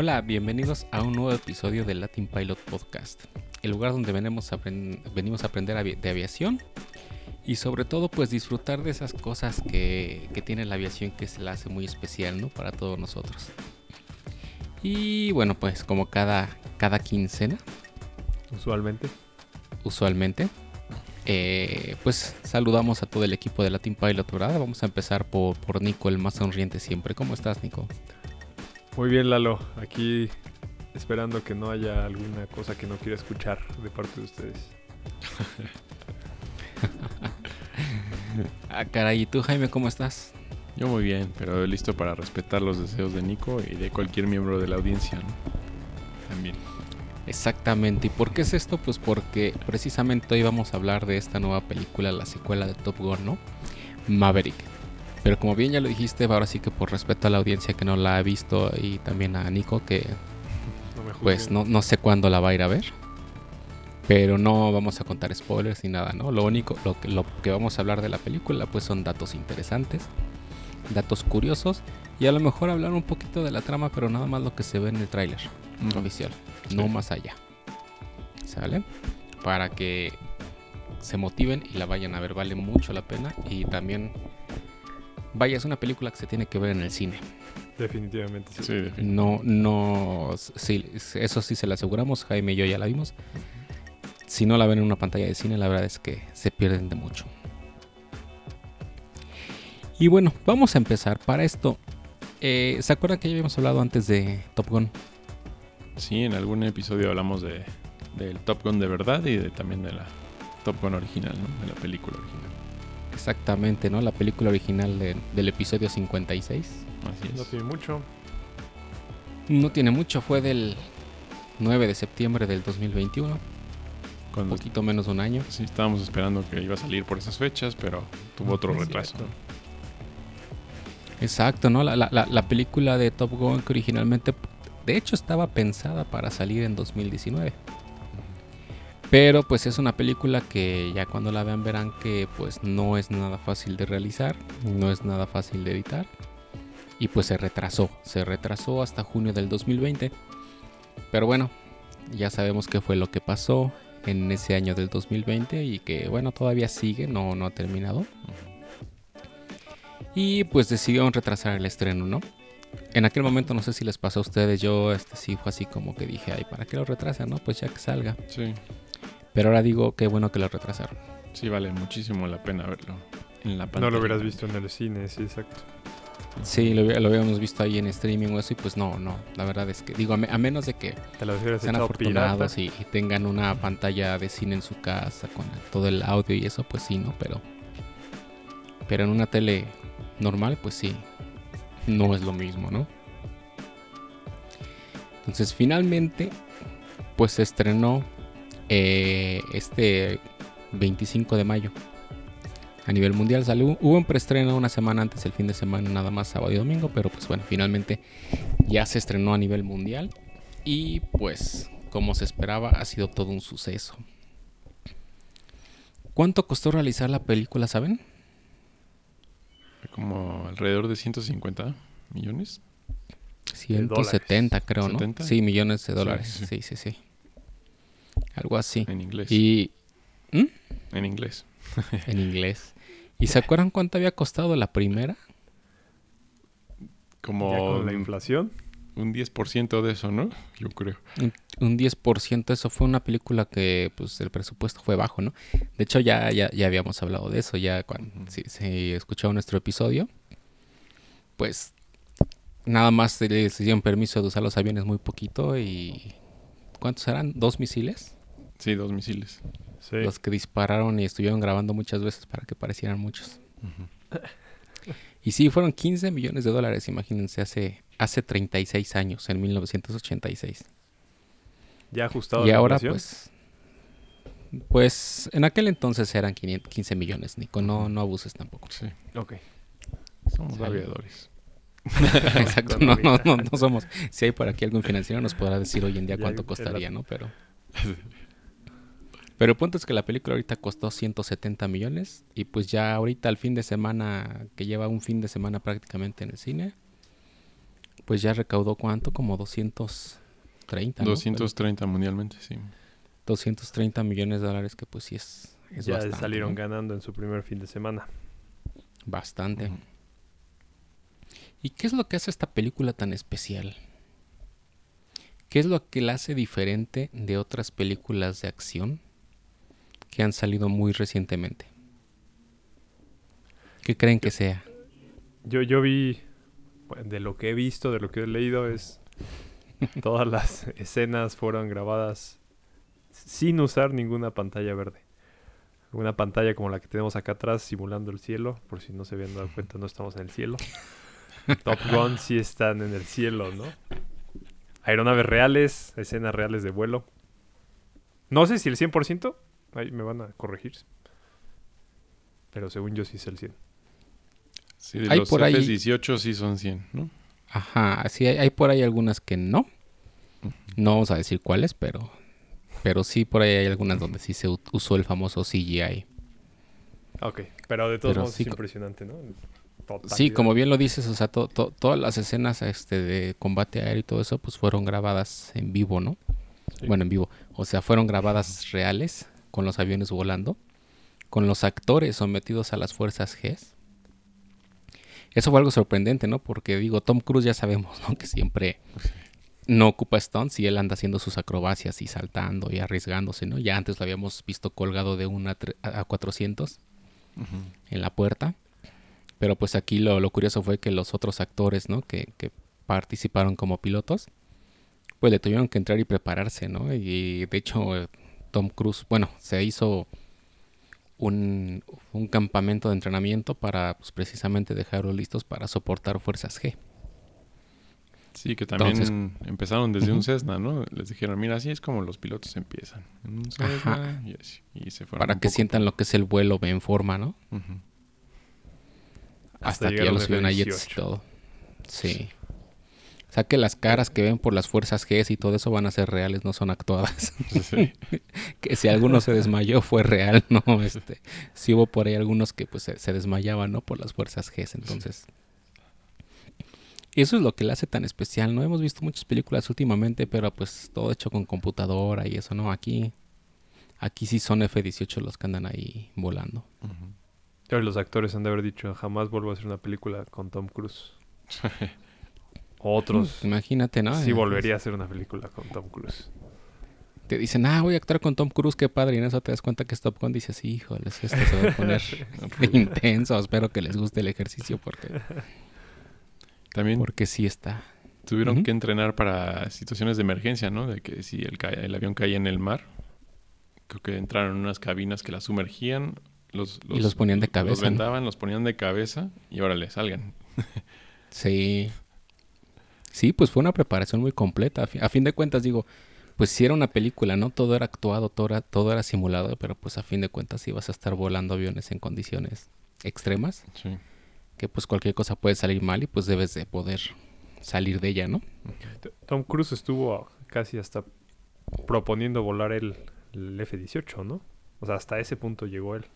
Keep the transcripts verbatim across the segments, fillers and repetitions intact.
Hola, bienvenidos a un nuevo episodio del Latin Pilot Podcast, el lugar donde venimos a, aprend- venimos a aprender avi- de aviación y sobre todo pues disfrutar de esas cosas que, que tiene la aviación que se la hace muy especial, ¿no? Para todos nosotros. Y bueno, pues como cada, cada quincena, Usualmente. usualmente, eh, pues saludamos a todo el equipo de Latin Pilot, ¿verdad? Vamos a empezar por, por Nico, el más sonriente siempre. ¿Cómo estás, Nico? Muy bien, Lalo. Aquí esperando que no haya alguna cosa que no quiera escuchar de parte de ustedes. Ah, caray, ¿y tú, Jaime, cómo estás? Yo muy bien, pero listo para respetar los deseos de Nico y de cualquier miembro de la audiencia, ¿no? También. Exactamente. ¿Y por qué es esto? Pues porque precisamente hoy vamos a hablar de esta nueva película, la secuela de Top Gun, ¿no? Maverick. Pero como bien ya lo dijiste, ahora sí que por respeto a la audiencia que no la ha visto y también a Nico que No me juzguen. pues no, no sé cuándo la va a ir a ver. Pero no vamos a contar spoilers ni nada, ¿no? Lo único, lo que, lo que vamos a hablar de la película pues son datos interesantes, datos curiosos y a lo mejor hablar un poquito de la trama, pero nada más lo que se ve en el tráiler Mm. oficial, Sí. no más allá. ¿Sale? Para que se motiven y la vayan a ver, vale mucho la pena. Y también, vaya, es una película que se tiene que ver en el cine. Definitivamente sí. Sí, definitivamente. No, no, sí, eso sí se lo aseguramos, Jaime y yo ya la vimos. Si no la ven en una pantalla de cine, la verdad es que se pierden de mucho. Y bueno, vamos a empezar. Para esto, eh, ¿se acuerdan que ya habíamos hablado antes de Top Gun? Sí, en algún episodio hablamos de del Top Gun de verdad y de, también de la Top Gun original, ¿no? De la película original. Exactamente, ¿no? La película original de- del episodio cincuenta y seis. Así es. No tiene mucho. No tiene mucho, fue del nueve de septiembre del dos mil veintiuno, un Cuando poquito menos de un año. sí estábamos esperando que iba a salir por esas fechas, pero tuvo otro Es retraso. cierto. Exacto, ¿no? La, la, la- la película de Top Gun que originalmente, de hecho, estaba pensada para salir en dos mil diecinueve. Pero pues es una película que ya cuando la vean verán que pues no es nada fácil de realizar, no es nada fácil de editar. Y pues se retrasó, se retrasó hasta junio del dos mil veinte. Pero bueno, ya sabemos qué fue lo que pasó en ese año del dos mil veinte y que bueno, todavía sigue, no, no ha terminado. Y pues decidieron retrasar el estreno, ¿no? En aquel momento no sé si les pasó a ustedes, yo este sí fue así como que dije, ay, ¿para qué lo retrasan, no? Pues ya que salga. Sí, Pero ahora digo, qué bueno que lo retrasaron. sí vale muchísimo la pena verlo en la pantalla. No lo hubieras visto en el cine, sí, exacto. Sí, lo, hubi- lo habíamos visto ahí en streaming o eso y pues no, no. La verdad es que, digo, a, me- a menos de que Te lo hubieras sean echado afortunados pirata. y, y tengan una pantalla de cine en su casa con el- todo el audio y eso, pues sí, ¿no? Pero, pero en una tele normal, pues sí, no es lo mismo, ¿no? Entonces, finalmente, pues se estrenó eh, este veinticinco de mayo a nivel mundial. Salió, hubo un preestreno una semana antes, el fin de semana, nada más sábado y domingo, pero pues bueno, finalmente ya se estrenó a nivel mundial y pues como se esperaba ha sido todo un suceso. ¿Cuánto costó realizar la película, saben? Como alrededor de ciento cincuenta millones. ciento setenta dólares. creo, ¿no? ¿setenta? Sí, millones de Sí, dólares. sí, Sí, sí, sí. Algo así. En inglés. Y ¿Mm? En inglés. en inglés. ¿Y se acuerdan cuánto había costado la primera? Como Ya con la un- inflación. un diez por ciento de eso, ¿no? Yo creo. Un, un diez por ciento. Eso fue una película que pues el presupuesto fue bajo, ¿no? De hecho ya, ya, ya habíamos hablado de eso, ya cuando Ujú. si, si escucharon nuestro episodio, pues nada más se les dieron permiso de usar los aviones muy poquito y ¿cuántos eran? ¿Dos misiles? Sí, dos misiles. Sí. Los que dispararon y estuvieron grabando muchas veces para que parecieran muchos. Ujú. Y sí, fueron quince millones de dólares, imagínense, hace, hace treinta y seis años, en mil novecientos ochenta y seis. Ya ajustado a Y la ahora, inflación. pues, pues, en aquel entonces eran quinientos quince millones, Nico, no, no abuses tampoco. Sí, Ok. somos Sale. aviadores. Exacto, no, no, no, no somos. Si hay por aquí algún financiero nos podrá decir hoy en día Ya, cuánto el- costaría, ¿no? Pero, pero el punto es que la película ahorita costó ciento setenta millones y pues ya ahorita al fin de semana, que lleva un fin de semana prácticamente en el cine, pues ya recaudó ¿cuánto? Como doscientos treinta, ¿no? doscientos treinta mundialmente, sí. doscientos treinta millones de dólares, que pues sí es, es ya bastante, salieron ¿no? ganando en su primer fin de semana. Bastante. Ujú. ¿Y qué es lo que hace esta película tan especial? ¿Qué es lo que la hace diferente de otras películas de acción que han salido muy recientemente? ¿Qué creen que sea? Yo, yo vi, bueno, de lo que he visto, de lo que he leído, es todas las escenas fueron grabadas sin usar ninguna pantalla verde. Una pantalla como la que tenemos acá atrás simulando el cielo. Por si no se habían dado cuenta, no estamos en el cielo. Top Gun sí están en el cielo, ¿no? Aeronaves reales, escenas reales de vuelo. No sé si el cien por ciento. Ahí me van a corregir. Pero según yo sí es el cien. Sí, de Hay los por ahí- F dieciocho sí son cien, ¿no? Ajá, sí, hay, hay por ahí algunas que no. Ujú. No vamos a decir cuáles, pero, pero sí por ahí hay algunas donde sí se u- usó el famoso C G I. Ok, pero de todos Pero modos sí es co- impresionante, ¿no? Totalidad. Sí, como bien lo dices, o sea, to- to- todas las escenas este, de combate aéreo y todo eso, pues fueron grabadas en vivo, ¿no? Sí. Bueno, en vivo. O sea, fueron grabadas reales, con los aviones volando, con los actores sometidos a las fuerzas G. Eso fue algo sorprendente, ¿no? Porque digo, Tom Cruise ya sabemos, ¿no? Que siempre no ocupa stunts y él anda haciendo sus acrobacias y saltando y arriesgándose, ¿no? Ya antes lo habíamos visto colgado de una A cuatrocientos Ujú. en la puerta. Pero pues aquí lo, lo curioso fue que los otros actores, ¿no? Que, que participaron como pilotos, pues le tuvieron que entrar y prepararse, ¿no? Y de hecho, eh, Tom Cruise, bueno, se hizo un, un campamento de entrenamiento para pues, precisamente dejarlos listos para soportar fuerzas G. Sí, que también Entonces- empezaron desde Ujú. un Cessna, ¿no? Les dijeron, mira, así es como los pilotos empiezan. En un Cessna Ajá. y así. Y se fueron Para un que poco sientan por- lo que es el vuelo en forma, ¿no? Ujú. Hasta, que ya llegaron los subieron a F jets y dieciocho. todo. Sí. O sea que las caras que ven por las fuerzas G y todo eso van a ser reales, no son actuadas. Sí. Que si alguno se desmayó fue real, ¿no? Este, sí hubo por ahí algunos que pues se, se desmayaban, ¿no? Por las fuerzas G. Entonces, eso es lo que le hace tan especial, ¿no? Hemos visto muchas películas últimamente, pero pues todo hecho con computadora y eso, ¿no? Aquí, aquí sí son F dieciocho los que andan ahí volando. Ujú. Pero los actores han de haber dicho, jamás vuelvo a hacer una película con Tom Cruise. Otros Imagínate, ¿no? sí volvería a hacer una película con Tom Cruise. Te dicen, ah, voy a actuar con Tom Cruise, qué padre. Y en eso te das cuenta que es Top Gun. Dices, híjoles, esto se va a poner intenso. Espero que les guste el ejercicio porque, También porque sí está. tuvieron Ujú. que entrenar para situaciones de emergencia, ¿no? De que si el, ca- el avión caía en el mar, creo que entraron en unas cabinas que la sumergían, los, Y los ponían de Los cabeza, ¿no? vendaban, los ponían de cabeza y órale, salgan. Sí. Sí, pues fue una preparación muy completa. A fi- a fin de cuentas, digo, pues sí era una película, ¿no? Todo era actuado, todo era, todo era simulado, pero pues a fin de cuentas ibas a estar volando aviones en condiciones extremas, Sí. que pues cualquier cosa puede salir mal y pues debes de poder salir de ella, ¿no? T- Tom Cruise estuvo casi hasta proponiendo volar el, el F dieciocho, ¿no? O sea, hasta ese punto llegó él.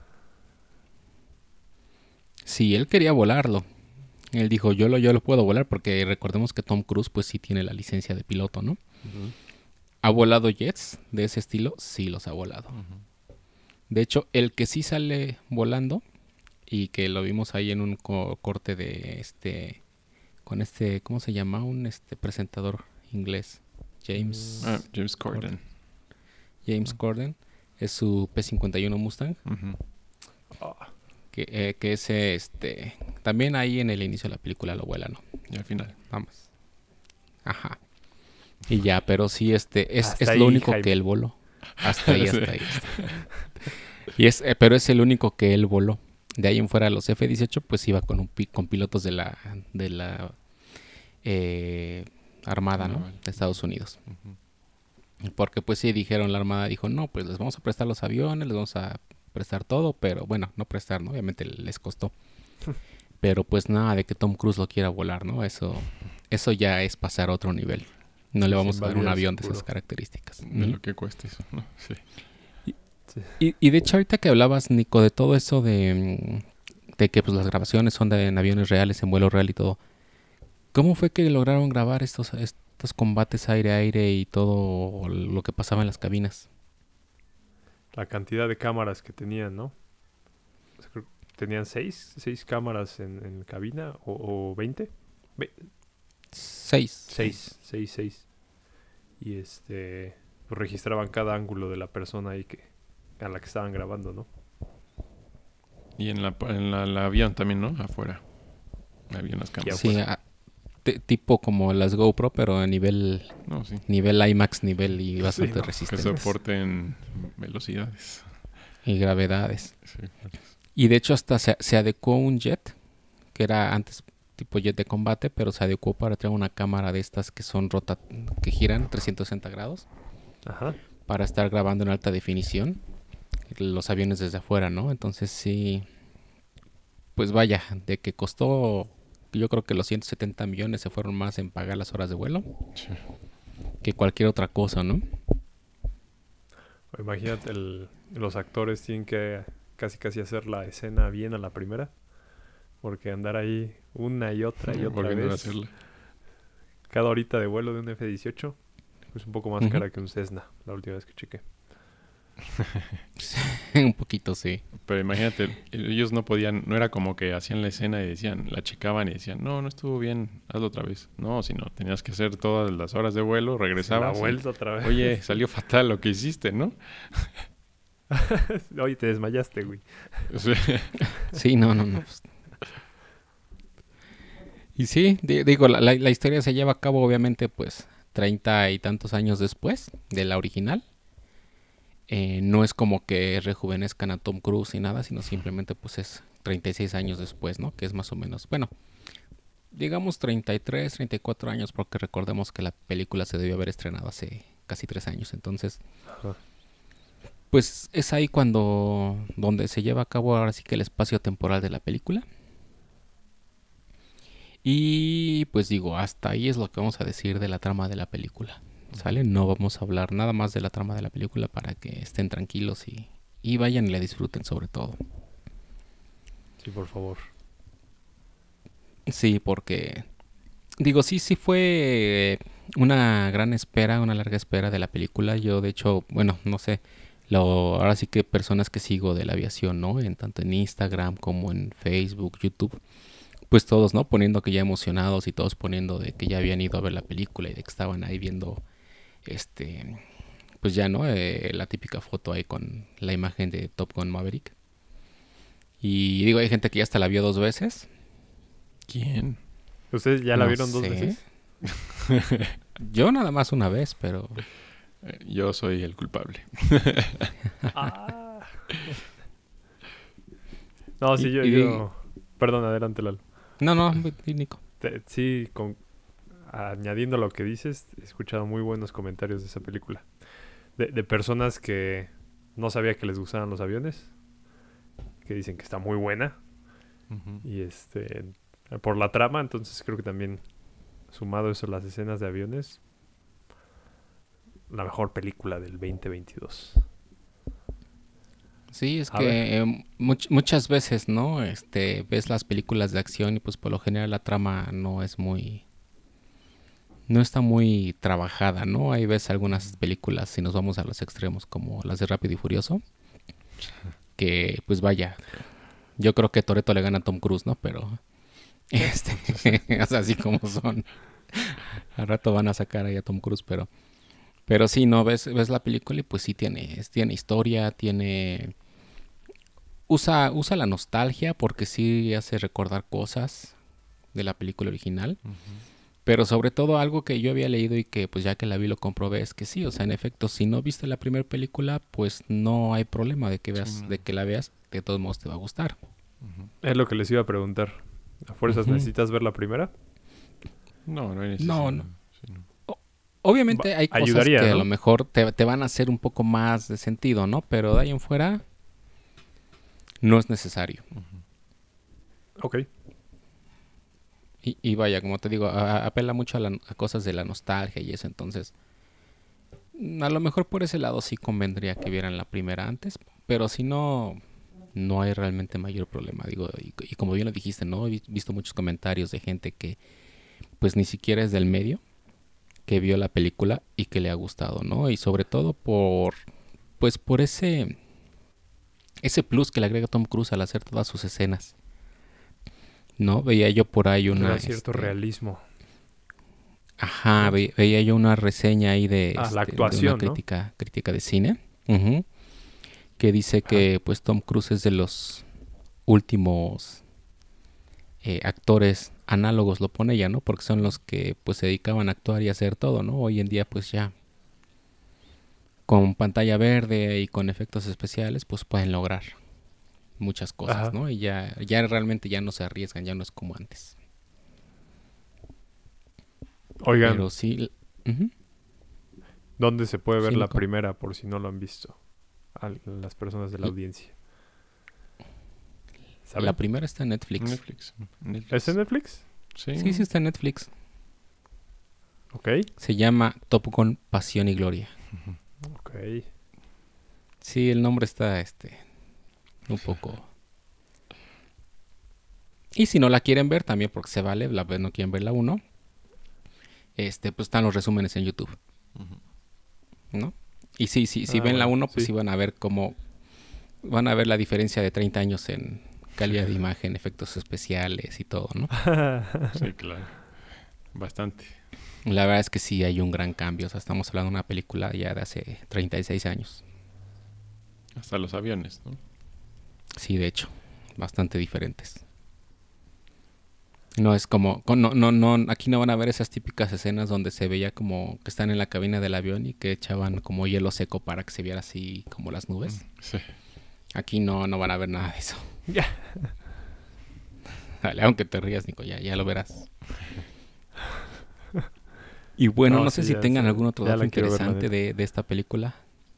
Sí, él quería volarlo. Él dijo, yo lo, yo lo puedo volar porque recordemos que Tom Cruise pues sí tiene la licencia de piloto, ¿no? Ujú. ¿Ha volado jets de ese estilo? Sí, los ha volado. Ujú. De hecho, el que sí sale volando y que lo vimos ahí en un co- corte de este, con este, ¿cómo se llama? Un este presentador inglés, James, Ah, James Corden. James Corden, es su P cincuenta y uno Mustang, Ujú. Ah, que, eh, que ese, este, también ahí en el inicio de la película lo vuela, ¿no? Y al final. Vamos. Ajá. Y ya, pero sí, este, es, Hasta es ahí, lo único Jaime. que él voló. Hasta ahí, hasta Sí. ahí. hasta ahí. Y es, eh, pero es el único que él voló. De ahí en fuera los F dieciocho, pues iba con un pi- con pilotos de la, de la eh, Armada, ¿no? Naval. De Estados Unidos. Ujú. Porque pues sí dijeron, la Armada dijo, no, pues les vamos a prestar los aviones, les vamos a prestar todo, pero bueno, no prestar, ¿no? Obviamente les costó. Pero pues nada de que Tom Cruise lo quiera volar, ¿no? Eso, eso ya es pasar a otro nivel. No Sí, le se vamos a dar un invalida el avión de seguro. esas características. De Ujú. lo que cuesta eso, ¿no? Sí. Y, y de hecho ahorita que hablabas, Nico, de todo eso de, mm, de que pues las grabaciones son de, en aviones reales, en vuelo real y todo, ¿Cómo fue que lograron grabar estos, estos combates aire-aire y todo lo que pasaba en las cabinas? La cantidad de cámaras que tenían, ¿no? O sea, creo que tenían seis, seis cámaras en, en cabina o, o veinte. Ve- Seis. seis, seis, seis. Y este, pues registraban cada ángulo de la persona ahí que a la que estaban grabando, ¿no? Y en la, en la, la avión también, ¿no? Afuera. Había unas cámaras. Sí, a- t- tipo como las GoPro, pero a nivel No, sí. nivel IMAX, nivel y bastante no, Que resistente. soporten velocidades. Y gravedades. Sí. Y de hecho hasta se, se adecuó un jet, que era antes tipo jet de combate, pero se adecuó para traer una cámara de estas que son rota que giran trescientos sesenta grados Ajá. para estar grabando en alta definición los aviones desde afuera, ¿no? Entonces sí, pues vaya, de que costó, yo creo que los ciento setenta millones se fueron más en pagar las horas de vuelo Sí. que cualquier otra cosa, ¿no? Imagínate, el- los actores tienen que casi casi hacer la escena bien a la primera. Porque andar ahí una y otra y otra Volviendo a vez. hacerla. Cada horita de vuelo de un F dieciocho es un poco más Ujú. cara que un Cessna, la última vez que chequé. Un poquito, sí. Pero imagínate, ellos no podían, no era como que hacían la escena y decían, la checaban y decían, no, no estuvo bien, hazlo otra vez. No, sino tenías que hacer todas las horas de vuelo, La regresabas. y, vuelta otra vez. Oye, salió fatal lo que hiciste, ¿no? Oye, te desmayaste, güey. O sea, Sí, no, no, no. pues. Y sí, di- digo, la, la- la historia se lleva a cabo obviamente pues treinta y tantos años después de la original. Eh, no es como que rejuvenezcan a Tom Cruise y nada, sino simplemente pues es treinta y seis años después, ¿no? Que es más o menos, bueno, digamos treinta y tres, treinta y cuatro años, porque recordemos que la película se debió haber estrenado hace casi tres años. Entonces, Ajá. pues es ahí cuando, donde se lleva a cabo ahora sí que el espacio temporal de la película. Y pues digo, hasta ahí es lo que vamos a decir de la trama de la película. ¿Sale? No vamos a hablar nada más de la trama de la película para que estén tranquilos y, y vayan y la disfruten sobre todo. Sí, por favor. Sí, porque digo, sí, sí fue una gran espera, una larga espera de la película. Yo de hecho, bueno, no sé, lo, ahora sí que personas que sigo de la aviación, ¿no? En tanto en Instagram como en Facebook, YouTube, pues todos, ¿no? Poniendo que ya emocionados y todos poniendo de que ya habían ido a ver la película y de que estaban ahí viendo, este, pues ya, ¿no? Eh, la típica foto ahí con la imagen de Top Gun Maverick. Y digo, hay gente que ya hasta la vio dos veces. ¿quién? ¿Ustedes ya la No vieron dos sé. veces? Yo nada más una vez, pero Eh, Yo soy el culpable. Ah. No, sí, Y- yo, y- yo... Perdón, adelante, Lalo. no, no, di, Nico. Te- sí, con... añadiendo lo que dices, he escuchado muy buenos comentarios de esa película. De, de personas que no sabía que les gustaban los aviones, que dicen que está muy buena. Ujú. Y este, por la trama, entonces creo que también, sumado eso, las escenas de aviones, la mejor película del veinte veintidós. Sí, es A que ver. eh, much- muchas veces, ¿no? Este, ves las películas de acción y pues por lo general la trama no es muy, no está muy trabajada, ¿no? Ahí ves algunas películas, si nos vamos a los extremos, como las de Rápido y Furioso, que pues vaya, yo creo que Toretto le gana a Tom Cruise, ¿no? Pero, este, o sea, así como son. Al rato van a sacar ahí a Tom Cruise, pero, pero sí, ¿no? Ves, ves la película y pues sí tiene, tiene historia, tiene, usa, usa la nostalgia porque sí hace recordar cosas de la película original. Ujú. Pero sobre todo algo que yo había leído y que pues ya que la vi lo comprobé es que sí, o sea, en efecto, si no viste la primera película, pues no hay problema de que veas, Sí, no. de que la veas, de todos modos te va a gustar. Ujú. Es lo que les iba a preguntar. ¿A fuerzas Ujú. necesitas ver la primera? No, no hay necesidad. No, no. Sí, no. Obviamente Va- hay cosas ayudaría, que a ¿no? lo mejor te, te van a hacer un poco más de sentido, ¿no? Pero de ahí en fuera no es necesario. Ujú. Ok. Y, y vaya, como te digo, a- a- apela mucho a, la- a cosas de la nostalgia y eso, entonces mm, a lo mejor por ese lado sí convendría que vieran la primera antes, pero si no, no hay realmente mayor problema. Digo, y, y como bien lo dijiste, ¿no? He vi- visto muchos comentarios de gente que pues ni siquiera es del medio, que vio la película y que le ha gustado, ¿no? Y sobre todo por, pues por ese, ese plus que le agrega Tom Cruise al hacer todas sus escenas, ¿no? Veía yo por ahí una... Era cierto este, realismo. Ajá, ve- veía yo una reseña ahí de, Ah, este, la de actuación, una ¿no? crítica, crítica de cine, ujú, que dice Ajá. que pues Tom Cruise es de los últimos eh, actores análogos, lo pone ya, ¿no? Porque son los que pues se dedicaban a actuar y a hacer todo, ¿no? Hoy en día pues ya con pantalla verde y con efectos especiales pues pueden lograr muchas cosas, Ajá. ¿no? Y ya, ya realmente ya no se arriesgan, ya no es como antes. Oigan, Pero sí, l- ujú, ¿dónde se puede ver sí, la Nico. primera por si no lo han visto? A las personas de la L- audiencia. La ¿Saben? primera está en Netflix. Netflix. Netflix. ¿Es en Netflix? Sí. Sí, sí está en Netflix. Ok. Se llama Top Gun Pasión y Gloria. Ok. Sí, el nombre está este un poco. Y si no la quieren ver también porque se vale, la vez no quieren ver la uno, este pues están los resúmenes en YouTube, Ujú. ¿no? Y sí, sí, si Ah, ven la bueno, uno, pues sí. sí van a ver cómo van a ver la diferencia de treinta años en calidad de imagen, efectos especiales y todo, ¿no? Sí, claro. Bastante. La verdad es que sí hay un gran cambio, o sea, estamos hablando de una película ya de hace treinta y seis años. Hasta los aviones, ¿no? Sí, de hecho, bastante diferentes. No es como, con- no, no, no, aquí no van a ver esas típicas escenas donde se veía como que están en la cabina del avión y que echaban como hielo seco para que se viera así como las nubes. Sí. Aquí no, no van a ver nada de eso. Ya. Dale, aunque te rías, Nico, ya, ya lo verás. Y bueno, no, No, sé sí, si ya tengan sé. algún otro Ya dato la quiero ver, la interesante neta. de, de esta película.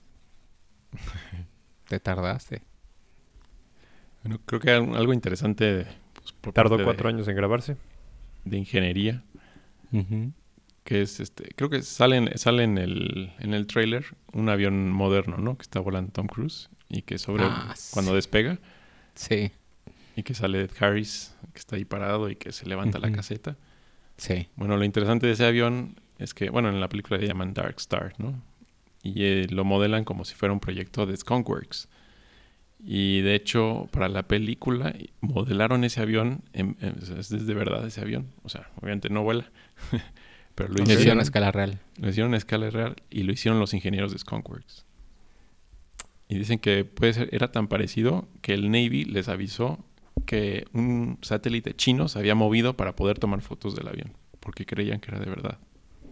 Te tardaste. Bueno, creo que al- algo interesante pues, por Tardó parte cuatro de, años en grabarse. de ingeniería, Ujú. que es este, creo que sale, en, sale en el en el tráiler un avión moderno, ¿no? Que está volando Tom Cruise y que sobre Ah, cuando sí. despega Sí, y que sale Ed Harris, que está ahí parado y que se levanta la Ujú. caseta. sí. Bueno, lo interesante de ese avión es que, bueno, en la película le llaman Dark Star, ¿no? Y eh, lo modelan como si fuera un proyecto de Skunkworks. Y de hecho, para la película modelaron ese avión, en- en- o sea, es de verdad ese avión. O sea, obviamente no vuela, pero lo Ok. Lo hicieron hicieron, a escala real. lo hicieron a escala real y lo hicieron los ingenieros de Skunkworks. Y dicen que puede ser, era tan parecido que el Navy les avisó que un satélite chino se había movido para poder tomar fotos del avión, porque creían que era de verdad.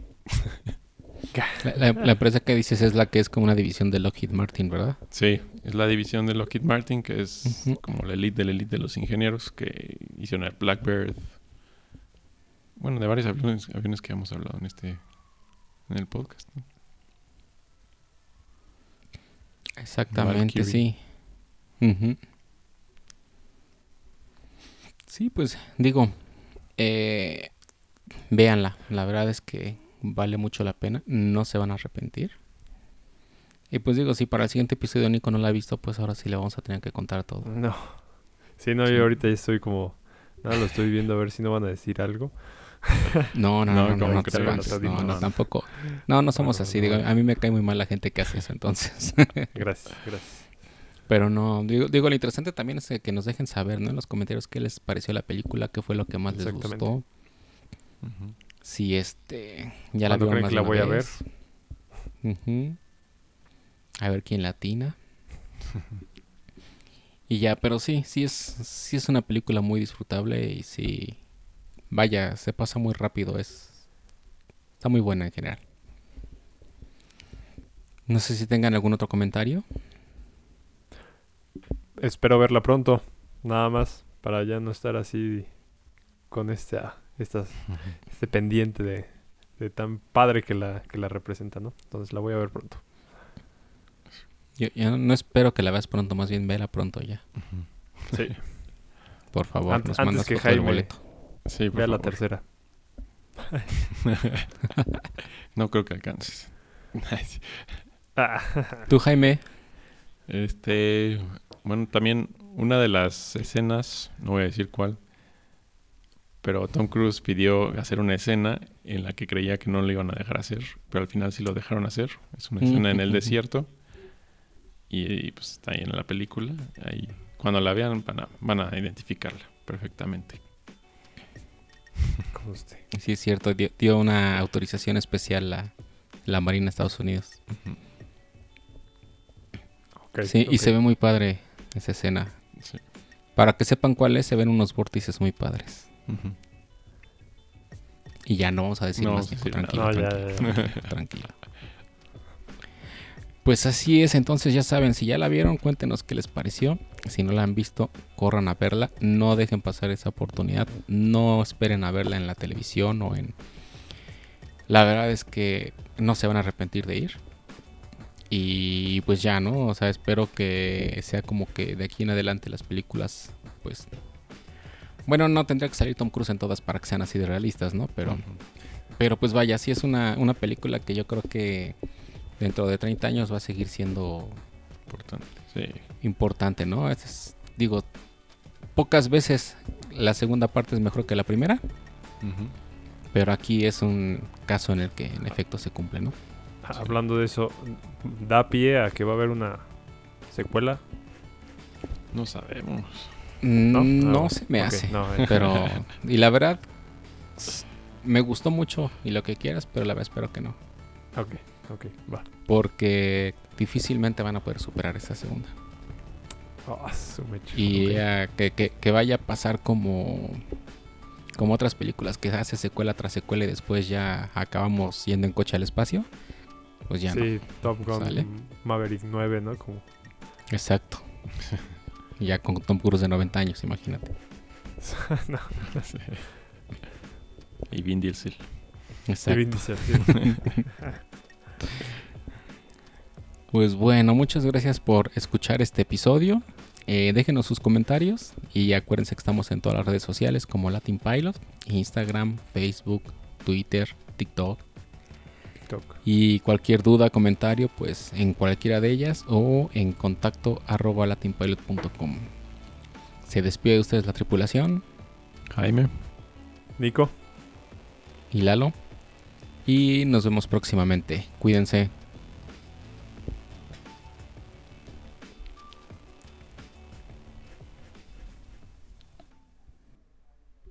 La, la- la empresa que dices es la que es como una división de Lockheed Martin, ¿verdad? Sí, es la división de Lockheed Martin, que es Ujú. como la elite de la elite de los ingenieros que hicieron el Blackbird. Bueno, de varios aviones, aviones que hemos hablado en este en el podcast, ¿no? Exactamente, Valkyrie. sí. Ujú. Sí, pues digo, eh, véanla. La verdad es que vale mucho la pena. No se van a arrepentir. Y pues digo, si para el siguiente episodio Nico no la ha visto, pues ahora sí le vamos a tener que contar todo. No. Sí, no, Sí. yo ahorita ya estoy como... No, lo estoy viendo a ver si no van a decir algo. No, no, No, no, no, ¿cómo no te crees? espantes. No, no, No. tampoco. No, no somos Bueno, así. bueno, Digo, bueno. a mí me cae muy mal la gente que hace eso, entonces. Gracias, gracias. Pero no, digo, digo, lo interesante también es que nos dejen saber, ¿no? En los comentarios qué les pareció la película, qué fue lo que más les Exactamente. gustó. Ujú. Si este ya la ¿Cuándo vieron creen más que de la una voy a ver? vez. Ujú. A ver quién latina. Y ya, pero sí, sí es, sí es una película muy disfrutable y sí, vaya, se pasa muy rápido, es, está muy buena en general. No sé si tengan algún otro comentario. Espero verla pronto. Nada más. Para ya no estar así con esta, estas, este pendiente de, de tan padre que la, que la representa, ¿no? Entonces la voy a ver pronto. Yo, yo no espero que la veas pronto, más bien vela pronto ya. Ujú. Sí. Por favor, Ant- nos antes mandas que foto del Jaime boleto. Sí, por Vea la favor. tercera. No creo que alcances. Ah, Tú, Jaime. Este, bueno, también una de las escenas, no voy a decir cuál, pero Tom Cruise pidió hacer una escena en la que creía que no lo iban a dejar hacer, pero al final sí lo dejaron hacer. Es una escena en el desierto y, y pues está ahí en la película. Ahí, cuando la vean van a, van a identificarla perfectamente. Como usted. Sí, es cierto. Dio, dio una autorización especial la, la Marina de Estados Unidos. Uh-huh. Okay, sí, okay. y se ve muy padre esa escena. Sí. Para que sepan cuál es, se ven unos vórtices muy padres. Uh-huh. Y ya no vamos a decir No más. vamos a decir Tranquilo, No, ya, tranquilo, ya, ya. tranquilo. Pues así es, entonces ya saben, si ya la vieron, cuéntenos qué les pareció. Si no la han visto, corran a verla. No dejen pasar esa oportunidad. No esperen a verla en la televisión o en... La verdad es que no se van a arrepentir de ir. Y pues ya, ¿no? O sea, espero que sea como que de aquí en adelante las películas, pues... Bueno, no tendría que salir Tom Cruise en todas para que sean así de realistas, ¿no? Pero, Uh-huh. pero pues vaya, sí es una, una película que yo creo que dentro de treinta años va a seguir siendo Importante, sí. importante, ¿no? Es, es- digo, pocas veces la segunda parte es mejor que la primera, Uh-huh. pero aquí es un caso en el que en efecto se cumple, ¿no? Hablando de eso, ¿da pie a que va a haber una secuela? No sabemos. No, no Ah, se me ok, hace, no, eh. pero... Y la verdad, s- me gustó mucho y lo que quieras, pero la verdad espero que no. Ok, ok, va. Porque difícilmente van a poder superar esa segunda. Ah, su mecha. Y Ok. eh, que, que, que vaya a pasar como, como otras películas que hace secuela tras secuela y después ya acabamos yendo en coche al espacio. Pues ya no. Sí, Top Gun Sale. Maverick nueve, ¿no? Como... Exacto. Ya con Tom Cruise de noventa años, imagínate. no, Sí. Y Vin Diesel. sí, Exacto. Vin Diesel, sí. Pues bueno, muchas gracias por escuchar este episodio. Eh, déjenos sus comentarios y acuérdense que estamos en todas las redes sociales como Latin Pilot, Instagram, Facebook, Twitter, TikTok. TikTok. Y cualquier duda, comentario, pues en cualquiera de ellas o en contacto arroba latinpilot punto com. Se despide de ustedes la tripulación Jaime. Nico. y Lalo. Y nos vemos próximamente. Cuídense.